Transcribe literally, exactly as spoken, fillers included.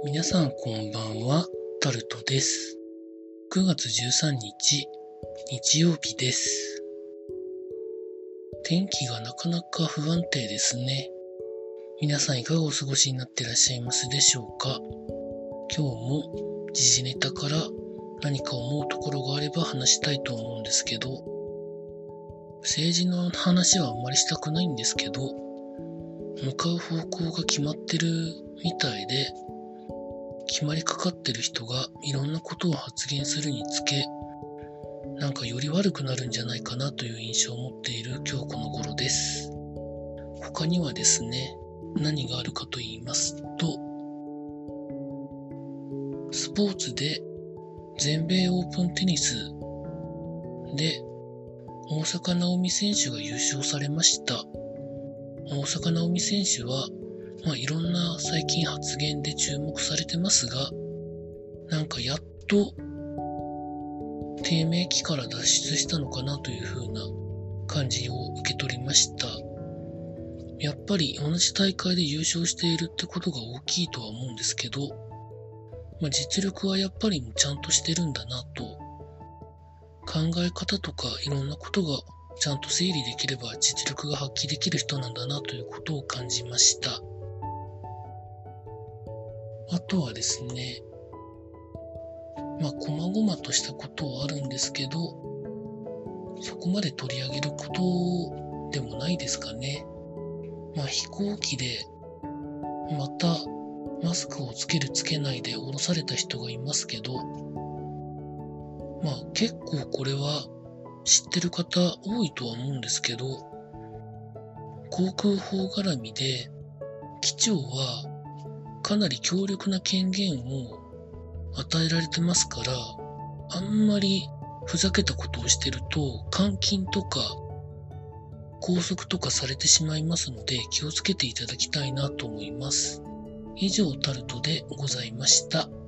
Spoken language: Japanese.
皆さんこんばんは、タルトです。くがつじゅうさんにち、日曜日です。天気がなかなか不安定ですね。皆さんいかがお過ごしになっていらっしゃいますでしょうか。今日も時事ネタから何か思うところがあれば話したいと思うんですけど、政治の話はあんまりしたくないんですけど、向かう方向が決まってるみたいで、決まりかかってる人がいろんなことを発言するにつけ、なんかより悪くなるんじゃないかなという印象を持っている今日この頃です。他にはですね、何があるかと言いますと、スポーツで全米オープンテニスで大坂なおみ選手が優勝されました。大坂なおみ選手はまあいろんな最近発言で注目されてますが、なんかやっと低迷期から脱出したのかなという風な感じを受け取りました。やっぱり同じ大会で優勝しているってことが大きいとは思うんですけど、まあ、実力はやっぱりちゃんとしてるんだなと、考え方とかいろんなことがちゃんと整理できれば実力が発揮できる人なんだなということを感じました。あとはですね、まあ、細々としたことはあるんですけど、そこまで取り上げることでもないですかね。まあ、飛行機で、また、マスクをつけるつけないで降ろされた人がいますけど、まあ、結構これは知ってる方多いとは思うんですけど、航空法絡みで、機長はかなり強力な権限を与えられてますから、あんまりふざけたことをしてると監禁とか拘束とかされてしまいますので気をつけていただきたいなと思います。以上タルトでございました。